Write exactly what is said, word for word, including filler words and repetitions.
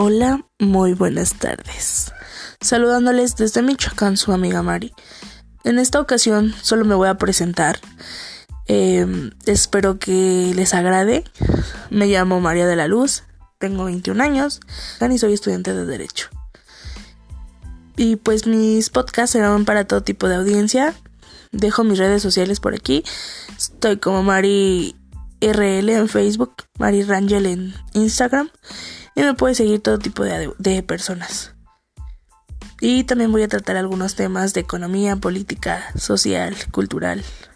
Hola, muy buenas tardes. Saludándoles desde Michoacán, su amiga Mari. En esta ocasión solo me voy a presentar. Eh, espero que les agrade. Me llamo María de la Luz, tengo veintiún años y soy estudiante de Derecho. Y pues mis podcasts serán para todo tipo de audiencia. Dejo mis redes sociales por aquí. Estoy como Mari R L en Facebook, Mari Rangel en Instagram. Y me puede seguir todo tipo de, de personas. Y también voy a tratar algunos temas de economía, política, social, cultural.